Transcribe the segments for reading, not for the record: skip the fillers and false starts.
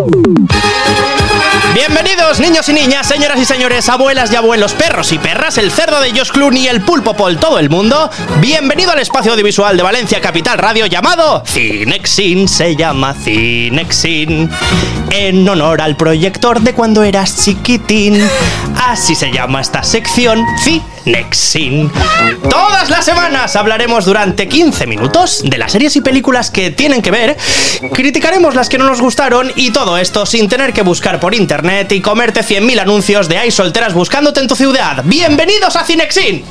Bienvenidos, niños y niñas, señoras y señores, abuelas y abuelos, perros y perras, el cerdo de Josh Clooney, el pulpo por todo el mundo. Bienvenido al espacio audiovisual de Valencia Capital Radio llamado Cinexin. Se llama Cinexin en honor al proyector de cuando eras chiquitín. Así se llama esta sección, Cinexin. Todas las semanas hablaremos durante 15 minutos de las series y películas que tienen que ver, criticaremos las que no nos gustaron y todo esto sin tener que buscar por internet y comerte 100.000 anuncios de hay solteras buscándote en tu ciudad. ¡Bienvenidos a Cinexin!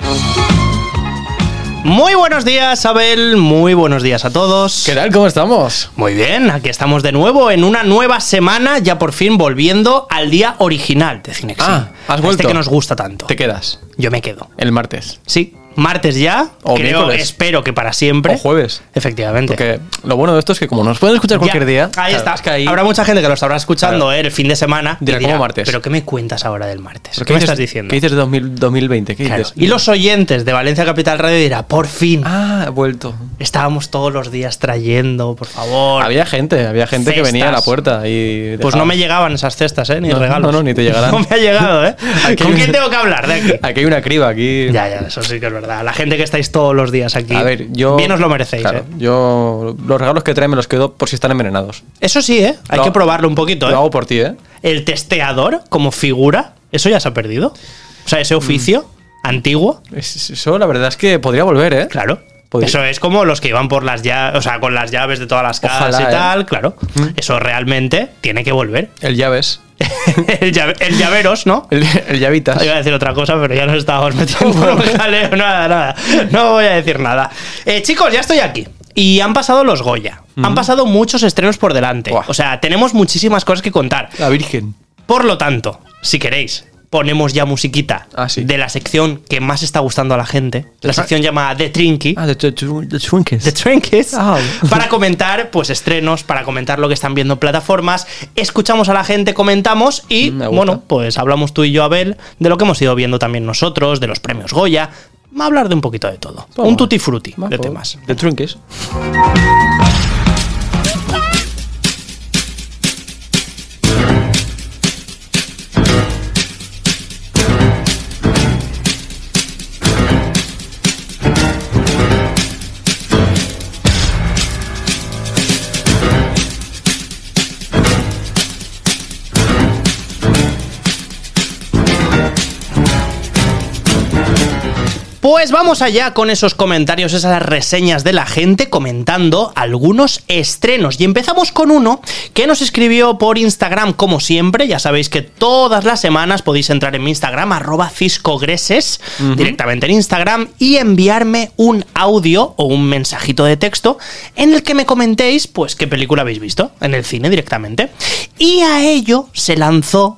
Muy buenos días, Abel, muy buenos días a todos. ¿Qué tal? ¿Cómo estamos? Muy bien, aquí estamos de nuevo en una nueva semana, ya por fin volviendo al día original de Cinexin. ¿Has vuelto? Este que nos gusta tanto. ¿Te quedas? Yo me quedo. El martes. Sí, martes ya, o creo, miércoles. Espero que para siempre. O jueves. Efectivamente. Porque lo bueno de esto es que como nos pueden escuchar cualquier día... Ahí está. Es que ahí... Habrá mucha gente que lo estará escuchando el fin de semana. Dirá, ¿cómo martes? ¿Pero qué me cuentas ahora del martes? ¿Pero ¿Qué me estás diciendo? ¿Qué dices de 2020? ¿Qué dices? Y los oyentes de Valencia Capital Radio dirán, por fin. He vuelto. Estábamos todos los días trayendo, por favor. Había gente Cestas. que venía a la puerta y... Pues no me llegaban esas cestas, ni regalos. No, ni te llegarán. No me ha llegado, ¿Con quién tengo que hablar de aquí? Aquí hay una criba, aquí... Ya, eso sí que es verdad. La gente que estáis todos los días aquí, a ver, yo... bien os lo merecéis, Claro, yo los regalos que traen me los quedo por si están envenenados. Eso sí, hay que probarlo un poquito, Lo hago por ti, El testeador como figura, eso ya se ha perdido. O sea, ese oficio antiguo. Eso la verdad es que podría volver, Claro. Podría. Eso es como los que iban por las llaves, o sea, con las llaves de todas las casas. Ojalá, y tal, claro. Eso realmente tiene que volver. El llaves. el llaveros, ¿no? El llavitas. Iba a decir otra cosa, pero ya nos estábamos metiendo por un jaleo. Nada. No voy a decir nada. Chicos, ya estoy aquí. Y han pasado los Goya. Han pasado muchos estrenos por delante. Buah. O sea, tenemos muchísimas cosas que contar. La Virgen. Por lo tanto, si queréis, ponemos ya musiquita Sí. de la sección que más está gustando a la gente. La sección llamada The Trinky. The Twinkers. The Trinkies, Ah. para comentar pues estrenos, para comentar lo que están viendo en plataformas, escuchamos a la gente, comentamos y Me gusta. bueno, pues hablamos tú y yo, Abel, de lo que hemos ido viendo también nosotros, de los premios Goya, va a hablar de un poquito de todo, un tutti frutti de temas. The Twinkers. Pues vamos allá con esos comentarios, esas reseñas de la gente comentando algunos estrenos. Y empezamos con uno que nos escribió por Instagram, como siempre. Ya sabéis que todas las semanas podéis entrar en mi Instagram, @ciscogreses, directamente en Instagram, y enviarme un audio o un mensajito de texto en el que me comentéis, pues, qué película habéis visto en el cine directamente. Y a ello se lanzó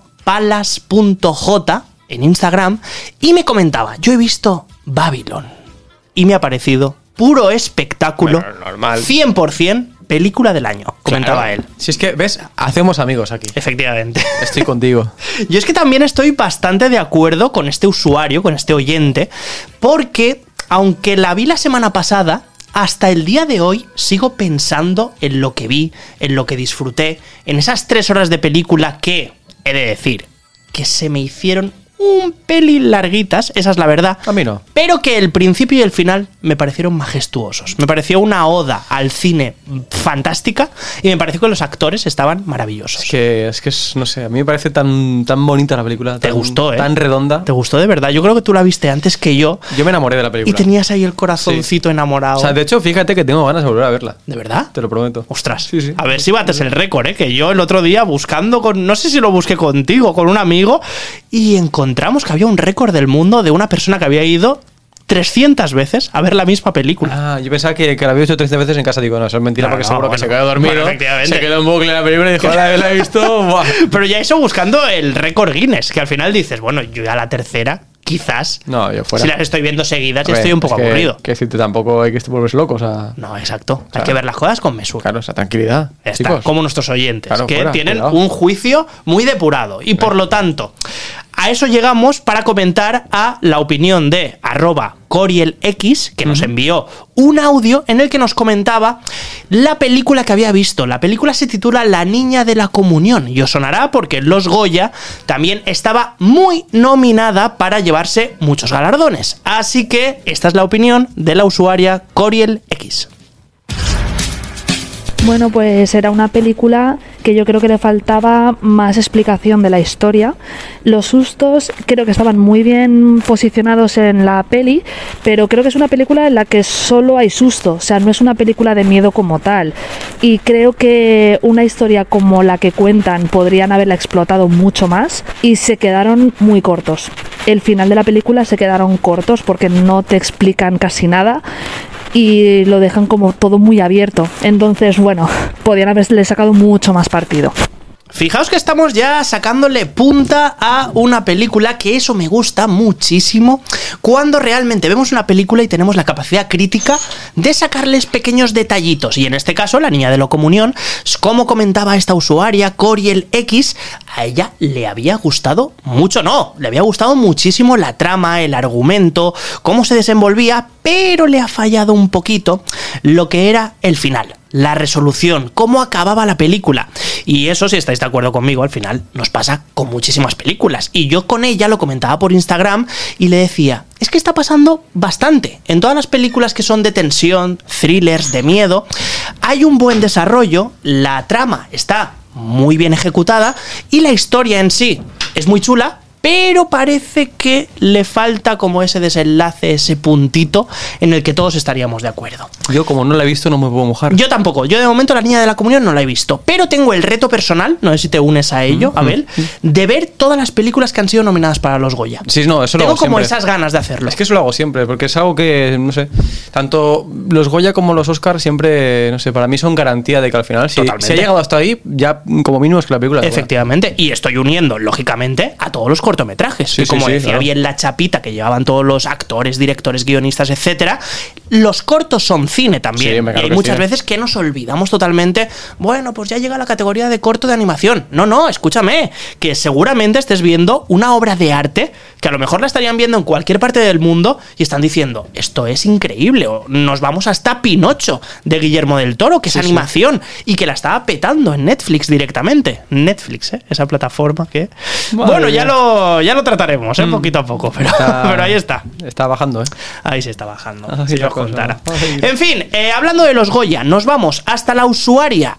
palas.j en Instagram y me comentaba, yo he visto Babylon y me ha parecido puro espectáculo, Bueno, normal. 100% película del año, comentaba él. Si es que, ¿ves? Hacemos amigos aquí. Efectivamente. Estoy contigo. Yo es que también estoy bastante de acuerdo con este usuario, con este oyente, porque aunque la vi la semana pasada, hasta el día de hoy sigo pensando en lo que vi, en lo que disfruté, en esas 3 horas de película que, he de decir, que se me hicieron un pelín larguitas, esa es la verdad. A mí no. Pero que el principio y el final me parecieron majestuosos. Me pareció una oda al cine fantástica y me pareció que los actores estaban maravillosos. Es que no sé, a mí me parece tan bonita la película. Te gustó, Tan redonda. ¿Te gustó de verdad? Yo creo que tú la viste antes que yo. Yo me enamoré de la película. Y tenías ahí el corazoncito enamorado. O sea, de hecho, fíjate que tengo ganas de volver a verla. ¿De verdad? Te lo prometo. Ostras, Sí. a ver si bates el récord, que yo el otro día buscando no sé si lo busqué contigo, con un amigo, y encontramos que había un récord del mundo de una persona que había ido 300 veces a ver la misma película. Yo pensaba que la había visto 13 veces en casa. Digo, no, eso es mentira, porque seguro que se quedó dormido. Bueno, efectivamente. Se quedó en bucle en la película y dijo, la he visto. Buah. Pero ya eso buscando el récord Guinness, que al final dices, bueno, yo ya la tercera, quizás. No, yo fuera. Si las estoy viendo seguidas, ya A ver, estoy un poco aburrido. Que decirte, tampoco hay que volverse loco, o sea. No, exacto. sea, Hay que ver las cosas con mesura. Claro, o sea, tranquilidad. Ya está, chicos. como nuestros oyentes, Claro, que fuera, tienen cuidado. un juicio muy depurado. Y por lo tanto, A eso llegamos para comentar a la opinión de @CorielX, que nos envió un audio en el que nos comentaba la película que había visto. La película se titula La niña de la comunión, y os sonará porque Los Goya también estaba muy nominada para llevarse muchos galardones. Así que esta es la opinión de la usuaria CorielX. Bueno, pues era una película que yo creo que le faltaba más explicación de la historia. Los sustos creo que estaban muy bien posicionados en la peli, pero creo que es una película en la que solo hay susto, o sea, no es una película de miedo como tal. Y creo que una historia como la que cuentan podrían haberla explotado mucho más y se quedaron muy cortos. El final de la película se quedaron cortos porque no te explican casi nada y lo dejan como todo muy abierto. Entonces, bueno, podrían haberle sacado mucho más partido. Fijaos que estamos ya sacándole punta a una película, que eso me gusta muchísimo, cuando realmente vemos una película y tenemos la capacidad crítica de sacarles pequeños detallitos. Y en este caso, La niña de la comunión, como comentaba esta usuaria, CorielX, a ella le había gustado mucho, no, le había gustado muchísimo la trama, el argumento, cómo se desenvolvía, pero le ha fallado un poquito lo que era el final. La resolución, cómo acababa la película. Y eso, si estáis de acuerdo conmigo, al final nos pasa con muchísimas películas. Y yo con ella lo comentaba por Instagram y le decía, es que está pasando bastante. En todas las películas que son de tensión, thrillers, de miedo, hay un buen desarrollo, la trama está muy bien ejecutada y la historia en sí es muy chula, pero parece que le falta como ese desenlace, ese puntito en el que todos estaríamos de acuerdo. Yo, como no la he visto, no me puedo mojar. Yo tampoco. Yo, de momento, La niña de la comunión no la he visto. Pero tengo el reto personal, no sé si te unes a ello, Abel, de ver todas las películas que han sido nominadas para los Goya. Sí, no, eso lo hago Tengo como siempre. esas ganas de hacerlo. Es que eso lo hago siempre, porque es algo que, no sé, tanto los Goya como los Oscars siempre, no sé, para mí son garantía de que al final, si ha llegado hasta ahí, ya como mínimo es que la película es buena. Efectivamente. Y estoy uniendo, lógicamente, a todos los cortometrajes. Sí, como sí, decía claro. bien la chapita que llevaban todos los actores, directores, guionistas, etcétera. Los cortos son cine también. Sí, Y hay muchas veces que nos olvidamos totalmente. Bueno, pues ya llega la categoría de corto de animación. No, escúchame, que seguramente estés viendo una obra de arte que a lo mejor la estarían viendo en cualquier parte del mundo y están diciendo, esto es increíble, o nos vamos hasta Pinocho de Guillermo del Toro, que es animación, y que la estaba petando en Netflix directamente. Netflix, esa plataforma que... Madre bueno, mía. ya lo trataremos, poquito a poco, pero ahí está. Está bajando, Ahí se está bajando, Ay, si la os cosa. contara. Ay. En fin, hablando de los Goya, nos vamos hasta la usuaria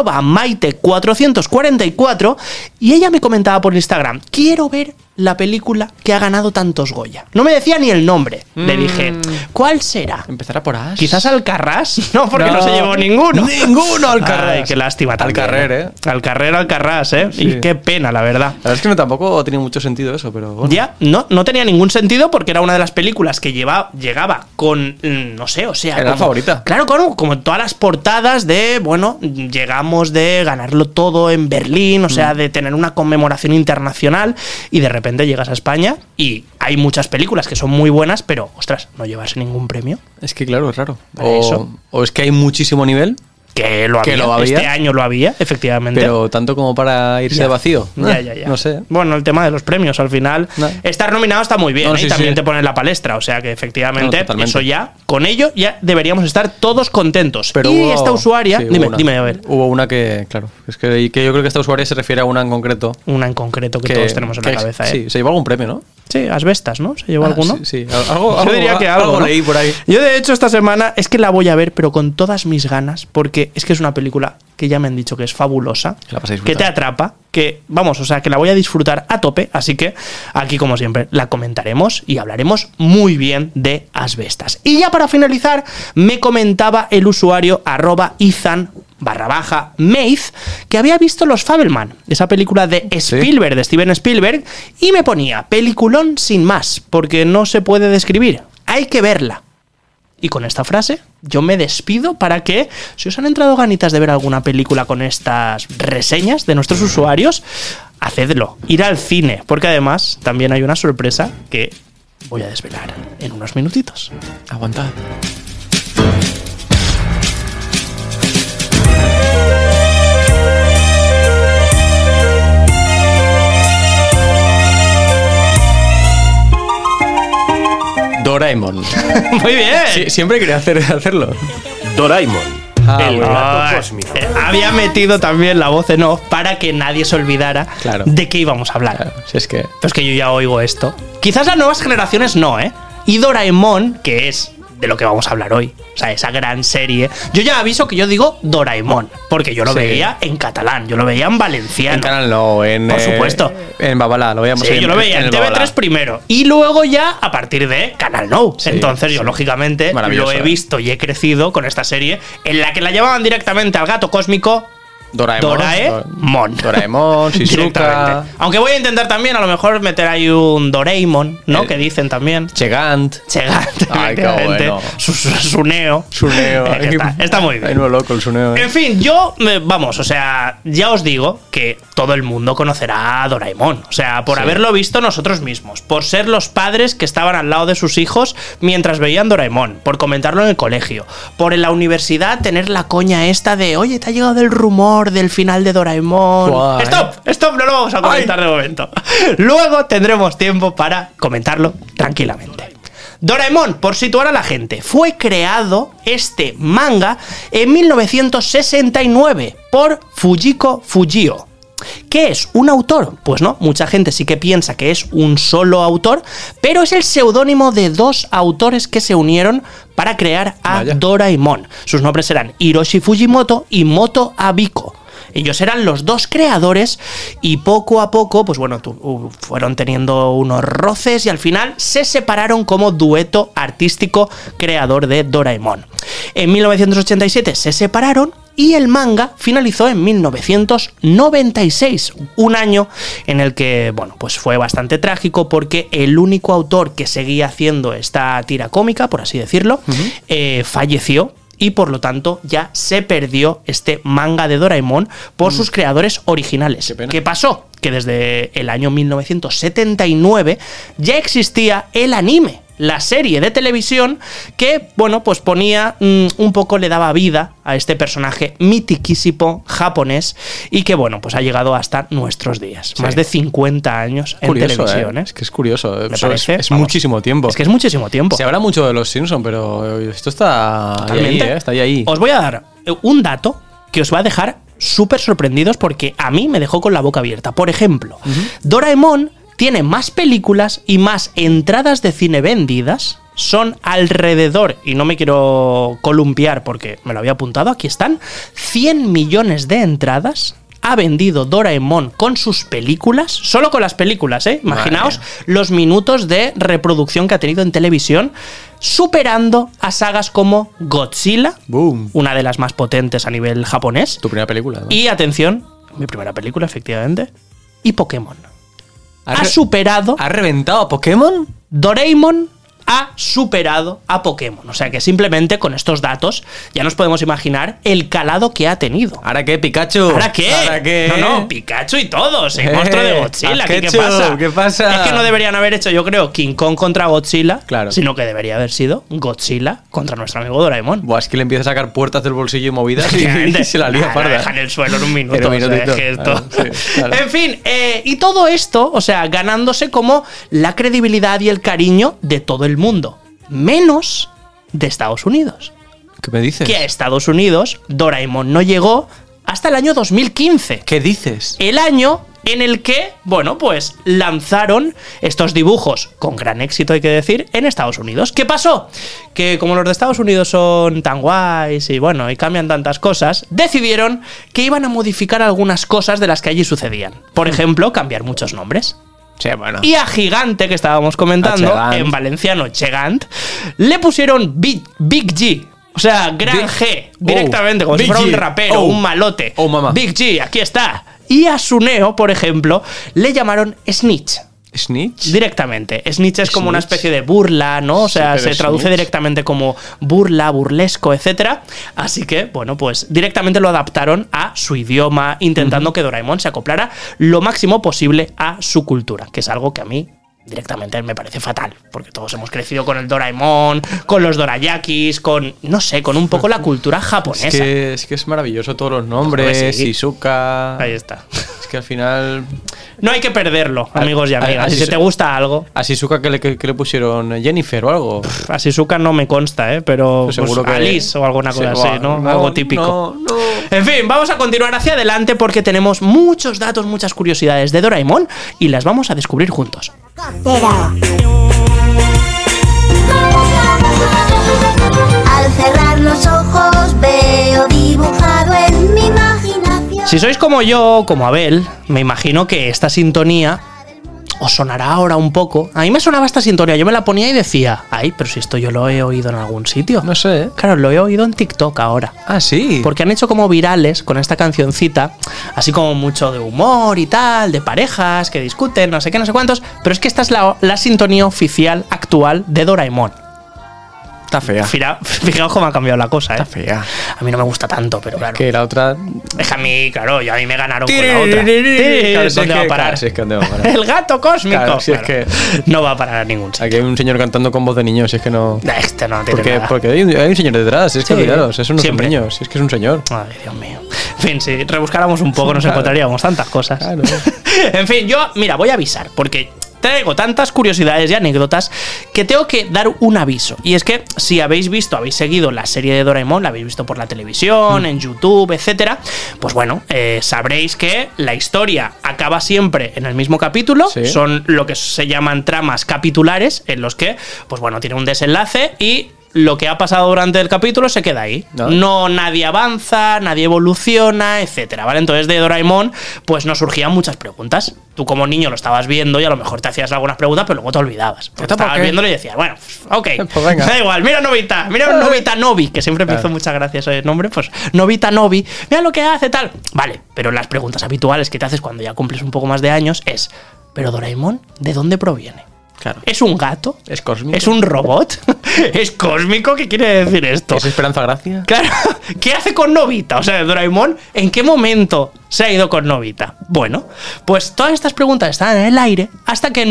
@maite444 y ella me comentaba por Instagram, quiero ver la película que ha ganado tantos Goya. No me decía ni el nombre. Le dije, ¿cuál será? Empezará por Ash. ¿Quizás Alcarrás? No, porque no se llevó ninguno. Ninguno Alcarrás. Ay, qué lástima también. Alcarrás, Sí. Y qué pena, la verdad. La verdad es que no, tampoco tenía mucho sentido eso, pero bueno. Ya, no tenía ningún sentido porque era una de las películas que llegaba con, no sé, o sea... Era la favorita. Claro, como todas las portadas de, bueno, llegamos de ganarlo todo en Berlín, o sea, de tener una conmemoración internacional y de repente llegas a España y hay muchas películas que son muy buenas, pero, ostras, no llevarse ningún premio. Es que claro, es raro. Eso. O es que hay muchísimo nivel, Que lo había. Este año lo había, efectivamente. pero tanto como para irse de vacío. Ya. No sé. Bueno, el tema de los premios, al final, estar nominado está muy bien, No, y sí, también sí. te ponen la palestra, o sea que efectivamente, No, totalmente. eso ya, con ello ya deberíamos estar todos contentos. Pero y hubo- esta usuaria, sí, dime, a ver, Hubo una que, claro, es que yo creo que esta usuaria se refiere a una en concreto. una en concreto que todos tenemos en la cabeza, ¿eh? Sí, se llevó algún premio, ¿no? Sí, Asbestas, ¿no? ¿Se llevó alguno? Sí, algo, Yo diría que algo, ¿no? leí por ahí. Yo, de hecho, esta semana es que la voy a ver, pero con todas mis ganas, porque es que es una película que ya me han dicho que es fabulosa, Que la vas a disfrutar. que te atrapa, que, vamos, o sea, que la voy a disfrutar a tope, así que aquí, como siempre, la comentaremos y hablaremos muy bien de Asbestas. Y ya para finalizar, me comentaba el usuario @Ethan_Maze, que había visto Los Fabelman, esa película de Spielberg, de Steven Spielberg, y me ponía, peliculón sin más, porque no se puede describir, hay que verla. Y con esta frase yo me despido para que, si os han entrado ganitas de ver alguna película con estas reseñas de nuestros usuarios, hacedlo, ir al cine, porque además también hay una sorpresa que voy a desvelar en unos minutitos. Aguantad. Doraemon. Muy bien. Sí, siempre quería hacerlo. Doraemon. El gato cósmico. Había metido también la voz en off para que nadie se olvidara de qué íbamos a hablar. Claro, si es que... Pero es que yo ya oigo esto. Quizás las nuevas generaciones no, ¿eh? Y Doraemon, que es de lo que vamos a hablar hoy, o sea, esa gran serie. Yo ya aviso que yo digo Doraemon, porque yo lo veía en catalán, yo lo veía en valenciano. En Canal No, por supuesto. En Babalá, lo veíamos. Sí, yo lo veía en TV3 primero. Y luego ya a partir de Canal No. Sí, entonces yo, lógicamente, lo he visto y he crecido con esta serie en la que la llamaban directamente al gato cósmico Doraemon. Doraemon, Shizuka. Aunque voy a intentar también a lo mejor meter ahí un Doraemon, ¿no? Que dicen también. Chegant. Ay, qué bueno. Suneo. Está muy bien. Ay, no, loco el Suneo. En fin, vamos, o sea, ya os digo que todo el mundo conocerá a Doraemon. O sea, por haberlo visto nosotros mismos, por ser los padres que estaban al lado de sus hijos mientras veían Doraemon, por comentarlo en el colegio, por en la universidad tener la coña esta de, oye, te ha llegado el rumor del final de Doraemon. Wow, Stop, no lo vamos a comentar de momento. Luego tendremos tiempo para comentarlo tranquilamente. Doraemon, por situar a la gente, fue creado este manga en 1969 por Fujiko Fujio. ¿Qué es? ¿Un autor? Pues no, mucha gente sí que piensa que es un solo autor, pero es el seudónimo de dos autores que se unieron para crear a Doraemon. Sus nombres eran Hiroshi Fujimoto y Moto Abiko. Ellos eran los dos creadores y poco a poco, pues bueno, fueron teniendo unos roces y al final se separaron como dueto artístico creador de Doraemon. En 1987 se separaron y el manga finalizó en 1996, un año en el que, bueno, pues fue bastante trágico porque el único autor que seguía haciendo esta tira cómica, por así decirlo, falleció. Y por lo tanto ya se perdió este manga de Doraemon por sus creadores originales. ¿Qué pasó? Que desde el año 1979 ya existía el anime, la serie de televisión que, bueno, pues ponía un poco, le daba vida a este personaje mitiquísimo japonés y que, bueno, pues ha llegado hasta nuestros días. Sí. Más de 50 años en televisión. Es que es curioso. Es vamos, muchísimo tiempo. Es que es muchísimo tiempo. Se habla mucho de los Simpsons, pero esto está ahí. Os voy a dar un dato que os va a dejar súper sorprendidos porque a mí me dejó con la boca abierta. Por ejemplo, Doraemon tiene más películas y más entradas de cine vendidas. Son alrededor, y no me quiero columpiar porque me lo había apuntado, aquí están, 100 millones de entradas ha vendido Doraemon con sus películas, solo con las películas, ¿eh? Imaginaos los minutos de reproducción que ha tenido en televisión, superando a sagas como Godzilla, una de las más potentes a nivel japonés. Tu primera película, ¿no? Y atención, mi primera película, efectivamente, y Pokémon. ¿Ha reventado a Pokémon? Doraemon ha superado a Pokémon. O sea que simplemente con estos datos ya nos podemos imaginar el calado que ha tenido. ¿Ahora qué, Pikachu? ¿Ahora qué? No, Pikachu y todos. El monstruo de Godzilla. ¿Qué pasa? ¿Qué pasa? Es que no deberían haber hecho, yo creo, King Kong contra Godzilla, claro, sino que debería haber sido Godzilla contra nuestro amigo Doraemon. Buah, es que le empieza a sacar puertas del bolsillo y movidas y se la lía parda. Deja en el suelo en un minuto. Claro. En fin, y todo esto, o sea, ganándose como la credibilidad y el cariño de todo el mundo, menos de Estados Unidos. ¿Qué me dices? Que a Estados Unidos Doraemon no llegó hasta el año 2015. ¿Qué dices? El año en el que, bueno, pues lanzaron estos dibujos con gran éxito, hay que decir, en Estados Unidos. ¿Qué pasó? Que como los de Estados Unidos son tan guays y bueno, y cambian tantas cosas, decidieron que iban a modificar algunas cosas de las que allí sucedían. Por ejemplo, cambiar muchos nombres. Sí, bueno. Y a Gigante, que estábamos comentando, en valenciano Chegant, le pusieron Big G. O sea, gran G, directamente, como si fuera un rapero, un malote. Mamá. Big G, aquí está. Y a Suneo, por ejemplo, le llamaron Snitch. ¿Snitch? Directamente. Snitch es como una especie de burla, ¿no? O sea, se traduce directamente como burla, burlesco, etc. Así que, bueno, pues directamente lo adaptaron a su idioma, intentando que Doraemon se acoplara lo máximo posible a su cultura, que es algo que a mí directamente me parece fatal, porque todos hemos crecido con el Doraemon, con los dorayakis, con, no sé, con un poco la cultura japonesa. Es que es maravilloso todos los nombres, Shizuka. Ahí está. Es que al final... No hay que perderlo, amigos y amigas. Si te gusta algo... ¿A Shizuka que le pusieron Jennifer o algo? A Shizuka no me consta, pero seguro pues, que Alice o alguna cosa así, ¿no? Algo típico. No. En fin, vamos a continuar hacia adelante porque tenemos muchos datos, muchas curiosidades de Doraemon y las vamos a descubrir juntos. Al cerrar los ojos veo dibujado en mi imaginación. Si sois como yo, como Abel, me imagino que esta sintonía os sonará ahora un poco. A mí me sonaba esta sintonía, yo me la ponía y decía, ay, pero si esto yo lo he oído en algún sitio. No sé, ¿eh? Claro, lo he oído en TikTok ahora. Ah, sí. Porque han hecho como virales con esta cancioncita, así como mucho de humor y tal, de parejas que discuten, no sé qué, no sé cuántos, pero es que esta es la sintonía oficial actual de Doraemon. Está fea. Fijaos cómo ha cambiado la cosa, ¿eh? Está fea. A mí no me gusta tanto, pero claro. Que la otra... Es que a mí, claro, a mí me ganaron con la otra. Claro, ¿Dónde va a parar? Si es que ¿dónde va a parar? El gato cósmico. Claro, si es que... No va a parar a ningún sitio. Aquí hay un señor cantando con voz de niño, si es que no... Este no tiene nada. Porque hay un señor detrás, es que Sí, olvidaros, eso no siempre. son niños, si es que es un señor. Ay, Dios mío. En fin, si rebuscáramos un poco nos encontraríamos tantas cosas. Claro. En fin, yo, mira, voy a avisar, porque traigo tantas curiosidades y anécdotas que tengo que dar un aviso. Y es que si habéis seguido la serie de Doraemon, la habéis visto por la televisión, en YouTube, etcétera, pues bueno, sabréis que la historia acaba siempre en el mismo capítulo. Sí. Son lo que se llaman tramas capitulares, en los que, pues bueno, tiene un desenlace y lo que ha pasado durante el capítulo se queda ahí. No, nadie avanza, nadie evoluciona, etcétera, ¿vale? Entonces de Doraemon, pues nos surgían muchas preguntas. Tú como niño lo estabas viendo y a lo mejor te hacías algunas preguntas, pero luego te olvidabas. Estabas viéndolo y decías, bueno, ok, pues venga. Da igual, mira Novita Novi, que siempre me hizo muchas gracias ese nombre, pues Novita Novi, mira lo que hace, tal. Vale, pero las preguntas habituales que te haces cuando ya cumples un poco más de años es, ¿pero Doraemon de dónde proviene? Claro. ¿Es un gato? ¿Es cósmico? ¿Es un robot? ¿Es cósmico? ¿Qué quiere decir esto? ¿Es Esperanza Gracia? Claro, ¿qué hace con Novita? O sea, Doraemon, ¿en qué momento se ha ido con Novita? Bueno, pues todas estas preguntas estaban en el aire hasta que en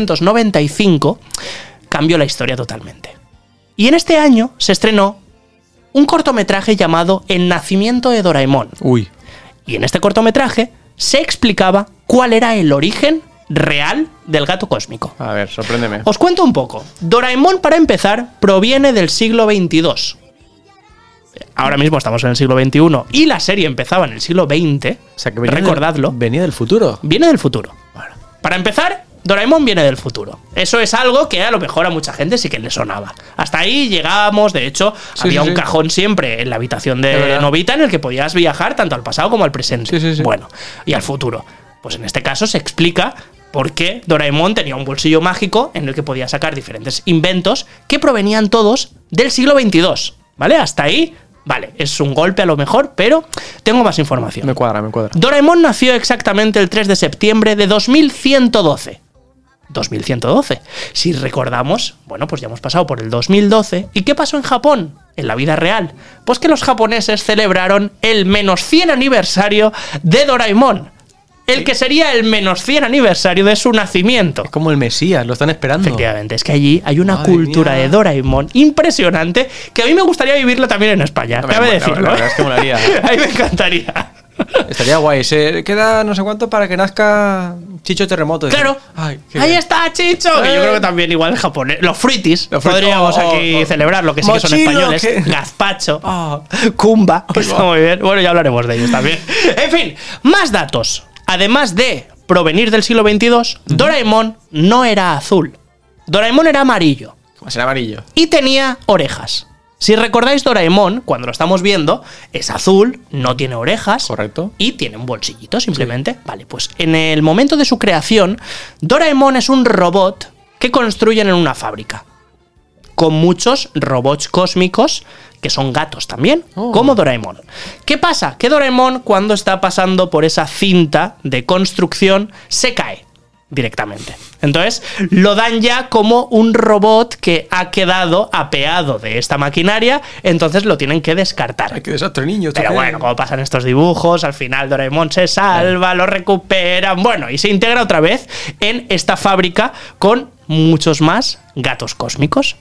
1995 cambió la historia totalmente. Y en este año se estrenó un cortometraje llamado El nacimiento de Doraemon. Uy. Y en este cortometraje se explicaba cuál era el origen real del gato cósmico. A ver, sorpréndeme. Os cuento un poco. Doraemon, para empezar, proviene del siglo XXII. Ahora mismo estamos en el siglo XXI y la serie empezaba en el siglo XX. O sea, que recordadlo. Venía del futuro. Viene del futuro. Bueno, para empezar, Doraemon viene del futuro. Eso es algo que a lo mejor a mucha gente sí que le sonaba. Hasta ahí llegábamos, de hecho, había un cajón siempre en la habitación de Novita en el que podías viajar tanto al pasado como al presente. Bueno, y al futuro. Pues en este caso se explica por qué Doraemon tenía un bolsillo mágico en el que podía sacar diferentes inventos que provenían todos del siglo XXII. ¿Vale? Hasta ahí, vale, es un golpe a lo mejor, pero tengo más información. Me cuadra. Doraemon nació exactamente el 3 de septiembre de 2112. 2112. Si recordamos, bueno, pues ya hemos pasado por el 2012. ¿Y qué pasó en Japón? En la vida real. Pues que los japoneses celebraron el -100 aniversario de Doraemon. El que sería el -100 aniversario de su nacimiento. Es como el Mesías, lo están esperando. Efectivamente, es que allí hay una cultura de Doraemon impresionante que a mí me gustaría vivirla también en España. Cabe decirlo. La verdad es que molaría. A mí me encantaría. Estaría guay. Se queda no sé cuánto para que nazca Chicho Terremoto. Claro. Ay, ahí está Chicho. Que yo creo que también igual en japonés. Los fruitis. Podríamos aquí celebrar lo que sí que son españoles. Gazpacho. Kumba. Que está muy bien. Bueno, ya hablaremos de ellos también. En fin, más datos. Además de provenir del siglo XXII, Doraemon no era azul. Doraemon era amarillo. ¿Cómo será amarillo? Y tenía orejas. Si recordáis, Doraemon, cuando lo estamos viendo, es azul, no tiene orejas. Correcto. Y tiene un bolsillito, simplemente. Sí. Vale, pues en el momento de su creación, Doraemon es un robot que construyen en una fábrica. Con muchos robots cósmicos que son gatos también, como Doraemon. ¿Qué pasa? Que Doraemon, cuando está pasando por esa cinta de construcción, se cae directamente. Entonces, lo dan ya como un robot que ha quedado apeado de esta maquinaria, entonces lo tienen que descartar. Ay, qué desastre, niño. Pero bueno, como pasan estos dibujos, al final Doraemon se salva, lo recuperan, bueno, y se integra otra vez en esta fábrica con muchos más gatos cósmicos.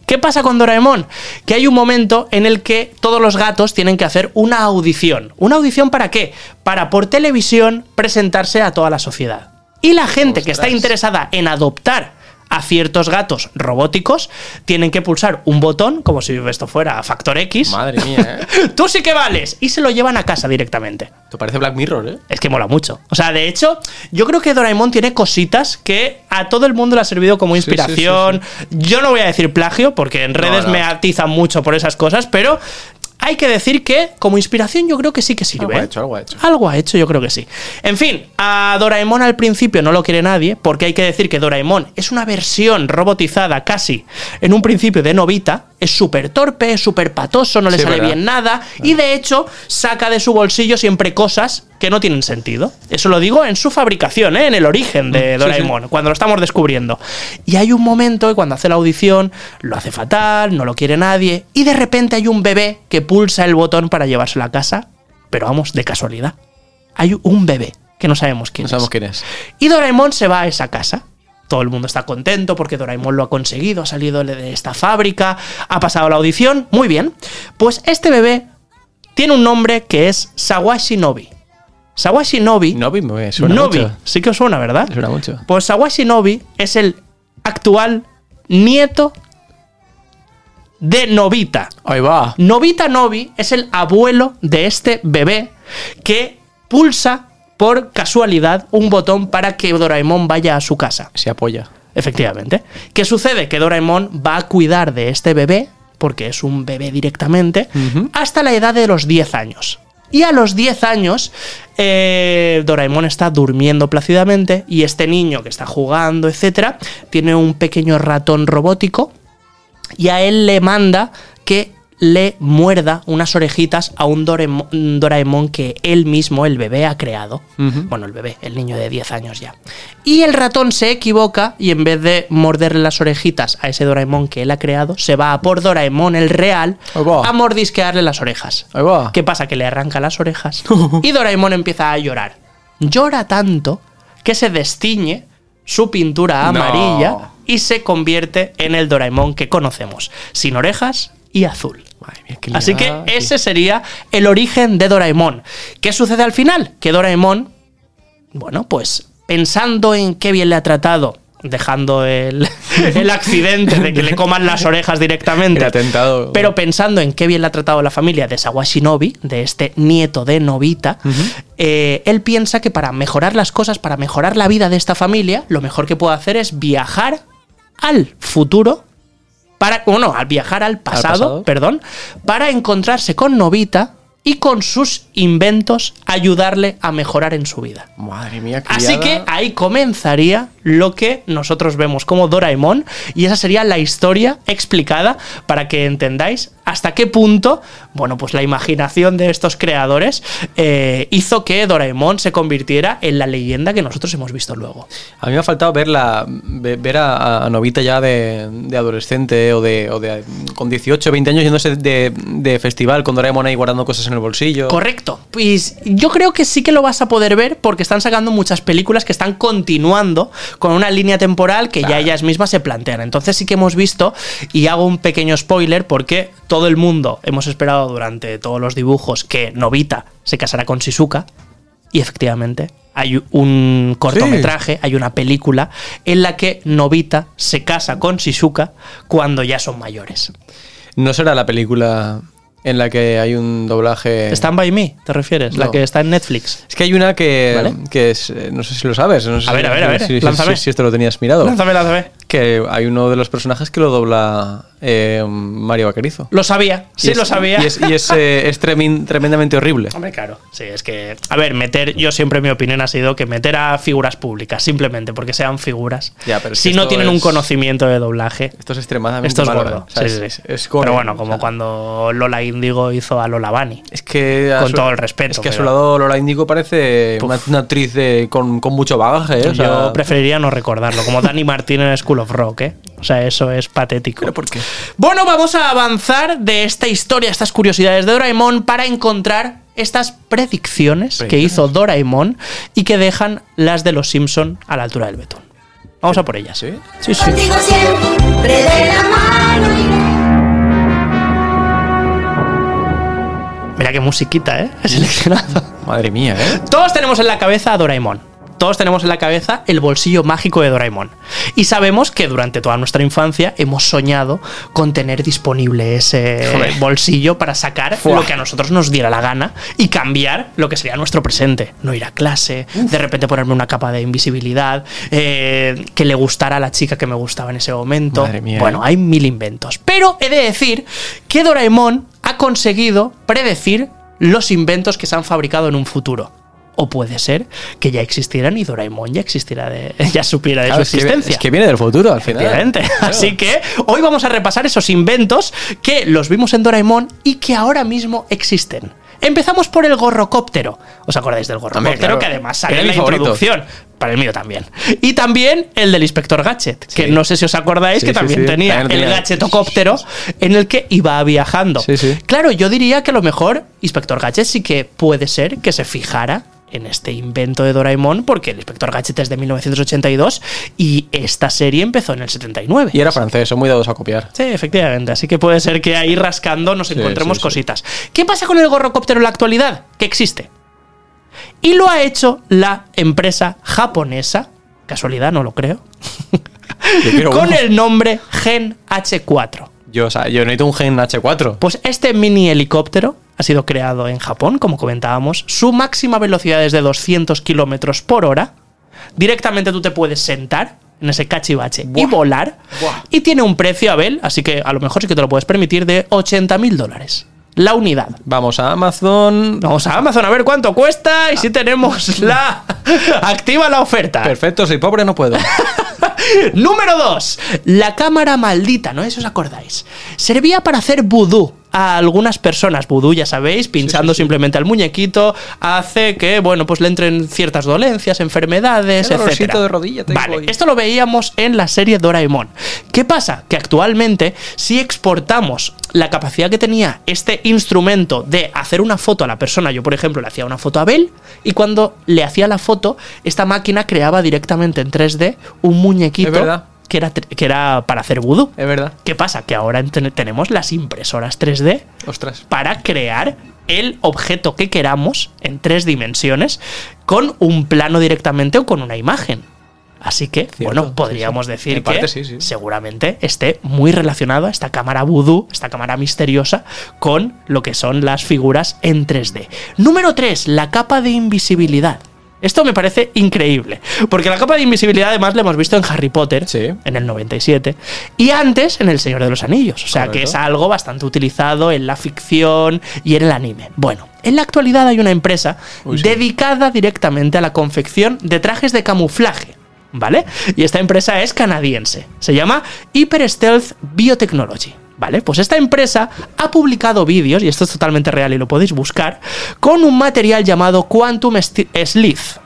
¿Qué pasa con Doraemon? Que hay un momento en el que todos los gatos tienen que hacer una audición. ¿Una audición para qué? Para por televisión presentarse a toda la sociedad. Y la gente que está interesada en adoptar a ciertos gatos robóticos tienen que pulsar un botón, como si esto fuera Factor X. Madre mía, ¡Tú sí que vales! Y se lo llevan a casa directamente. Te parece Black Mirror, ¿eh? Es que mola mucho. O sea, de hecho, yo creo que Doraemon tiene cositas que a todo el mundo le ha servido como inspiración. Sí. Yo no voy a decir plagio, porque en redes me atizan mucho por esas cosas, pero hay que decir que como inspiración yo creo que sí que sirve. Algo ha hecho. Algo ha hecho, yo creo que sí. En fin, a Doraemon al principio no lo quiere nadie, porque hay que decir que Doraemon es una versión robotizada casi en un principio de Nobita. Es súper torpe, es súper patoso, no le sale bien nada. Y de hecho, saca de su bolsillo siempre cosas que no tienen sentido. Eso lo digo en su fabricación, en el origen de Doraemon, cuando lo estamos descubriendo. Y hay un momento, y cuando hace la audición, lo hace fatal, no lo quiere nadie. Y de repente hay un bebé que pulsa el botón para llevárselo a casa. Pero vamos, de casualidad. Hay un bebé que no sabemos quién es. No sabemos quién es. Y Doraemon se va a esa casa. Todo el mundo está contento porque Doraemon lo ha conseguido, ha salido de esta fábrica, ha pasado la audición. Muy bien. Pues este bebé tiene un nombre que es Sawashi Nobi. Sawashi Nobi. Nobi me suena mucho. Sí que os suena, ¿verdad? Me suena mucho. Pues Sawashi Nobi es el actual nieto de Nobita. Ahí va. Nobita Nobi es el abuelo de este bebé que pulsa por casualidad un botón para que Doraemon vaya a su casa. Se apoya. Efectivamente. ¿Qué sucede? Que Doraemon va a cuidar de este bebé, porque es un bebé directamente, hasta la edad de los 10 años. Y a los 10 años, Doraemon está durmiendo plácidamente y este niño que está jugando, etcétera, tiene un pequeño ratón robótico y a él le manda que le muerda unas orejitas a un Doraemon que él mismo, el bebé, ha creado. Bueno, el bebé, el niño de 10 años ya. Y el ratón se equivoca y en vez de morderle las orejitas a ese Doraemon que él ha creado, se va a por Doraemon, el real, a mordisquearle las orejas. ¿Qué pasa? Que le arranca las orejas y Doraemon empieza a llorar. Llora tanto que se destiñe su pintura amarilla y se convierte en el Doraemon que conocemos, sin orejas y azul. Madre mía, así que ese sería el origen de Doraemon. ¿Qué sucede al final? Que Doraemon, bueno, pues pensando en qué bien le ha tratado, dejando el accidente de que le coman las orejas directamente, el atentado, pero pensando en qué bien le ha tratado la familia de Sawashi Nobi, de este nieto de Nobita, él piensa que para mejorar las cosas, para mejorar la vida de esta familia, lo mejor que puede hacer es viajar al futuro, al viajar al pasado, para encontrarse con Nobita y con sus inventos ayudarle a mejorar en su vida. Madre mía, criada. Así que ahí comenzaría lo que nosotros vemos como Doraemon y esa sería la historia explicada para que entendáis hasta qué punto, bueno, pues la imaginación de estos creadores hizo que Doraemon se convirtiera en la leyenda que nosotros hemos visto luego. A mí me ha faltado ver a Nobita ya de adolescente o con 18, 20 años yéndose de festival con Doraemon ahí guardando cosas en el bolsillo. Correcto. Pues yo creo que sí que lo vas a poder ver porque están sacando muchas películas que están continuando con una línea temporal que ya ellas mismas se plantean. Entonces sí que hemos visto, y hago un pequeño spoiler porque todo el mundo hemos esperado durante todos los dibujos que Nobita se casará con Shizuka y efectivamente hay un cortometraje, hay una película en la que Nobita se casa con Shizuka cuando ya son mayores. ¿No será la película en la que hay un doblaje? Stand By Me, ¿te refieres? No. La que está en Netflix. Es que hay una que es, no sé si lo sabes. No sé a ver, lánzame. Si esto lo tenías mirado. Lánzame. Que hay uno de los personajes que lo dobla Mario Vaquerizo. Lo sabía, lo sabía. Y es tremendamente horrible. Hombre, claro. Sí, es que, a ver, yo siempre mi opinión ha sido que meter a figuras públicas, simplemente porque sean figuras, si no tienen un conocimiento de doblaje. Esto es extremadamente malo. Gordo. Sí. Pero bueno, como cuando Lola Índigo hizo a Lola Bunny. Es que con todo el respeto. Es que a su lado Lola Índigo parece una actriz con mucho bagaje. Yo preferiría no recordarlo, como Dani Martín en School of Rock, O sea, eso es patético. ¿Pero por qué? Bueno, vamos a avanzar de esta historia, estas curiosidades de Doraemon para encontrar estas predicciones que hizo Doraemon y que dejan las de los Simpson a la altura del betún. Vamos a por ellas. ¿Sí? Sí. Contigo siempre de la mano. Mira qué musiquita, he seleccionado. Madre mía, Todos tenemos en la cabeza a Doraemon. Todos tenemos en la cabeza el bolsillo mágico de Doraemon. Y sabemos que durante toda nuestra infancia hemos soñado con tener disponible ese bolsillo para sacar lo que a nosotros nos diera la gana y cambiar lo que sería nuestro presente. No ir a clase, de repente ponerme una capa de invisibilidad, que le gustara a la chica que me gustaba en ese momento. Madre mía, bueno, hay mil inventos. Pero he de decir que Doraemon ha conseguido predecir los inventos que se han fabricado en un futuro. O puede ser que ya existieran y Doraemon ya supiera de su existencia. Es que viene del futuro, al final. Efectivamente. Claro. Así que hoy vamos a repasar esos inventos que los vimos en Doraemon y que ahora mismo existen. Empezamos por el gorrocóptero. ¿Os acordáis del gorrocóptero? Hombre, claro. Que además sale en la introducción. Para el mío también. Y también el del Inspector Gadget, que no sé si os acordáis, que también tenía el gadgetocóptero en el que iba viajando. Claro, yo diría que a lo mejor Inspector Gadget sí que puede ser que se fijara en este invento de Doraemon, porque el Inspector Gadget es de 1982 y esta serie empezó en el 79. Y era francés, son muy dados a copiar. Sí, efectivamente. Así que puede ser que ahí rascando nos encontremos cositas. ¿Qué pasa con el gorrocóptero en la actualidad? Que existe. Y lo ha hecho la empresa japonesa, casualidad, no lo creo, con el nombre Gen H4. Yo necesito un Gen H4. Pues este mini helicóptero ha sido creado en Japón, como comentábamos. Su máxima velocidad es de 200 kilómetros por hora. Directamente tú te puedes sentar en ese cachivache y volar. Y tiene un precio, Abel, así que a lo mejor sí que te lo puedes permitir, de $80.000. La unidad. Vamos a Amazon. Vamos a Amazon a ver cuánto cuesta y si tenemos activa la oferta. Perfecto, soy pobre, no puedo. Número 2. La cámara maldita, ¿no? Eso os acordáis. Servía para hacer vudú a algunas personas. Vudú, ya sabéis, pinchando simplemente al muñequito hace que, bueno, pues le entren ciertas dolencias, enfermedades, etc. de rodilla tengo vale, hoy. esto lo veíamos en la serie Doraemon. ¿Qué pasa? Que actualmente, si exportamos la capacidad que tenía este instrumento de hacer una foto a la persona, yo por ejemplo le hacía una foto a Abel, y cuando le hacía la foto, esta máquina creaba directamente en 3D un muñequito que era para hacer vudú. Es verdad. ¿Qué pasa? Que ahora tenemos las impresoras 3D para crear el objeto que queramos en 3 dimensiones con un plano directamente o con una imagen. Así que, bueno, podríamos decir que seguramente esté muy relacionado a esta cámara vudú, esta cámara misteriosa, con lo que son las figuras en 3D. Número 3, la capa de invisibilidad. Esto me parece increíble, porque la capa de invisibilidad además la hemos visto en Harry Potter, en el 97, y antes en El Señor de los Anillos, o sea que es algo bastante utilizado en la ficción y en el anime. Bueno, en la actualidad hay una empresa dedicada directamente a la confección de trajes de camuflaje, ¿vale? Y esta empresa es canadiense, se llama Hyper Stealth Biotechnology. Vale, pues esta empresa ha publicado vídeos, y esto es totalmente real y lo podéis buscar, con un material llamado Quantum Stealth.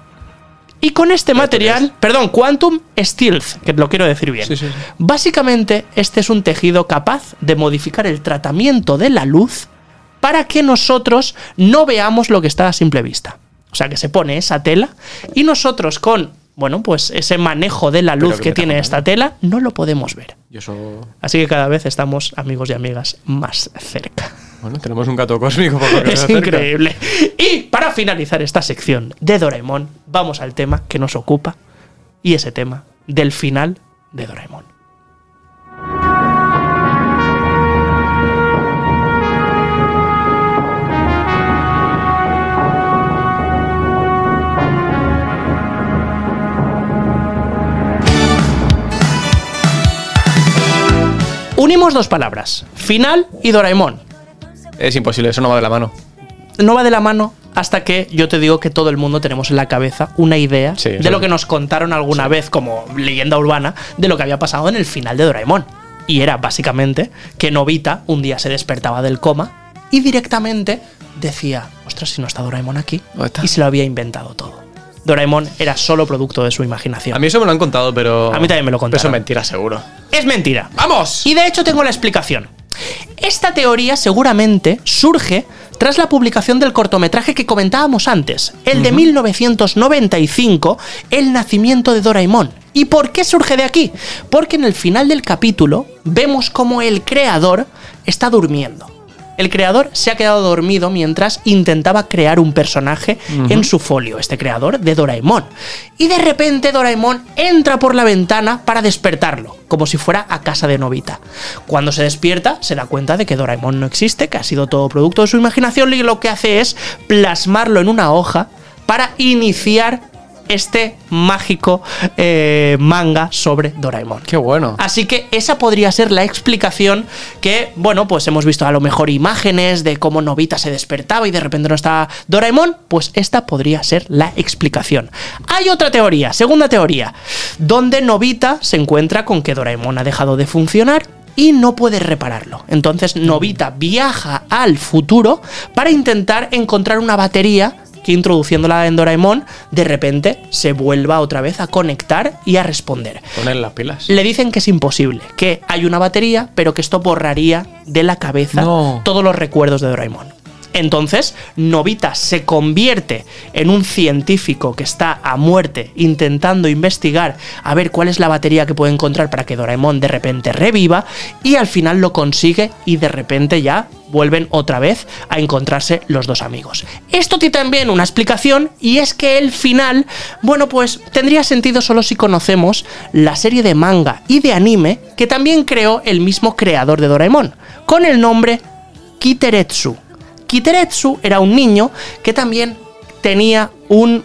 Y con este material, Quantum Stealth, que lo quiero decir bien. Básicamente, este es un tejido capaz de modificar el tratamiento de la luz para que nosotros no veamos lo que está a simple vista. O sea, que se pone esa tela y nosotros con, bueno, pues ese manejo de la luz que tiene esta tela no lo podemos ver. Así que cada vez estamos, amigos y amigas, más cerca. Bueno, tenemos un gato cósmico. Es increíble. Y para finalizar esta sección de Doraemon, vamos al tema que nos ocupa, y ese tema del final de Doraemon. Unimos 2 palabras, final y Doraemon. Es imposible, eso no va de la mano. No va de la mano hasta que yo te digo que todo el mundo tenemos en la cabeza una idea de lo que nos contaron alguna vez como leyenda urbana de lo que había pasado en el final de Doraemon. Y era básicamente que Nobita un día se despertaba del coma y directamente decía, ostras, si no está Doraemon aquí, y se lo había inventado todo. Doraemon era solo producto de su imaginación. A mí eso me lo han contado, pero... A mí también me lo contaron. Eso es mentira, seguro. Es mentira. ¡Vamos! Y de hecho tengo la explicación. Esta teoría seguramente surge tras la publicación del cortometraje que comentábamos antes, el de 1995, El nacimiento de Doraemon. ¿Y por qué surge de aquí? Porque en el final del capítulo vemos como el creador está durmiendo. El creador se ha quedado dormido mientras intentaba crear un personaje en su folio, este creador de Doraemon. Y de repente Doraemon entra por la ventana para despertarlo, como si fuera a casa de Nobita. Cuando se despierta, se da cuenta de que Doraemon no existe, que ha sido todo producto de su imaginación, y lo que hace es plasmarlo en una hoja para iniciar este mágico manga sobre Doraemon. ¡Qué bueno! Así que esa podría ser la explicación que, bueno, pues hemos visto a lo mejor imágenes de cómo Nobita se despertaba y de repente no está Doraemon, pues esta podría ser la explicación. Hay otra teoría, segunda teoría, donde Nobita se encuentra con que Doraemon ha dejado de funcionar y no puede repararlo. Entonces Nobita viaja al futuro para intentar encontrar una batería que, introduciéndola en Doraemon, de repente se vuelva otra vez a conectar y a responder. Poner las pilas. Le dicen que es imposible, que hay una batería, pero que esto borraría de la cabeza todos los recuerdos de Doraemon. Entonces, Nobita se convierte en un científico que está a muerte intentando investigar a ver cuál es la batería que puede encontrar para que Doraemon de repente reviva, y al final lo consigue y de repente ya vuelven otra vez a encontrarse los dos amigos. Esto tiene también una explicación, y es que el final, bueno, pues tendría sentido solo si conocemos la serie de manga y de anime que también creó el mismo creador de Doraemon, con el nombre Kiteretsu. Kiteretsu era un niño que también tenía un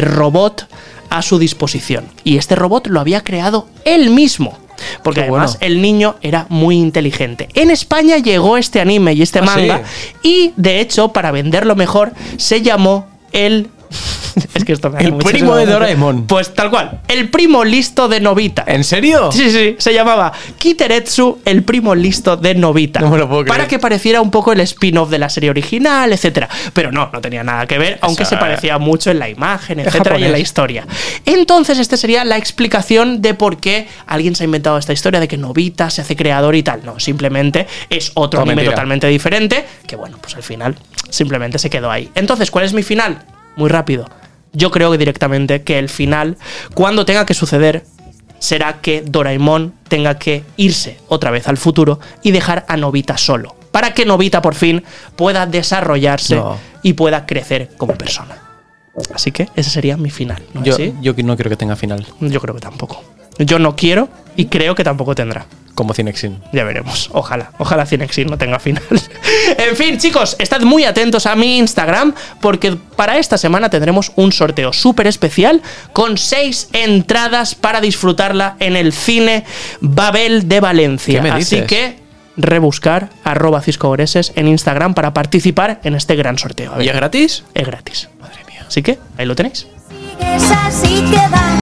robot a su disposición, y este robot lo había creado él mismo, porque además el niño era muy inteligente. En España llegó este anime y este manga, y de hecho, para venderlo mejor, se llamó el... Es que esto me el primo de Doraemon. Pues tal cual, el primo listo de Nobita. ¿En serio? Sí, sí, se llamaba Kiteretsu, el primo listo de Nobita. No me lo puedo creer. Para que pareciera un poco el spin-off de la serie original, etcétera. Pero no tenía nada que ver, aunque se parecía mucho en la imagen, etcétera, y en la historia. Entonces, esta sería la explicación de por qué alguien se ha inventado esta historia de que Nobita se hace creador y tal. No, simplemente es otro anime totalmente diferente, que bueno, pues al final simplemente se quedó ahí. Entonces, ¿cuál es mi final? Muy rápido. Yo creo que directamente que el final, cuando tenga que suceder, será que Doraemon tenga que irse otra vez al futuro y dejar a Nobita solo, para que Nobita por fin pueda desarrollarse y pueda crecer como persona. Así que ese sería mi final, ¿no? Yo no quiero que tenga final. Yo creo que tampoco. Yo no quiero y creo que tampoco tendrá. Como Cinexin. Ya veremos. Ojalá Cinexin no tenga final. En fin, chicos, estad muy atentos a mi Instagram, porque para esta semana tendremos un sorteo súper especial con 6 entradas para disfrutarla en el Cine Babel de Valencia. ¿Qué me dices? Así que rebuscar @CiscoGreses en Instagram para participar en este gran sorteo. ¿Y es gratis? Es gratis. Madre mía. Así que ahí lo tenéis. Sigues así que va.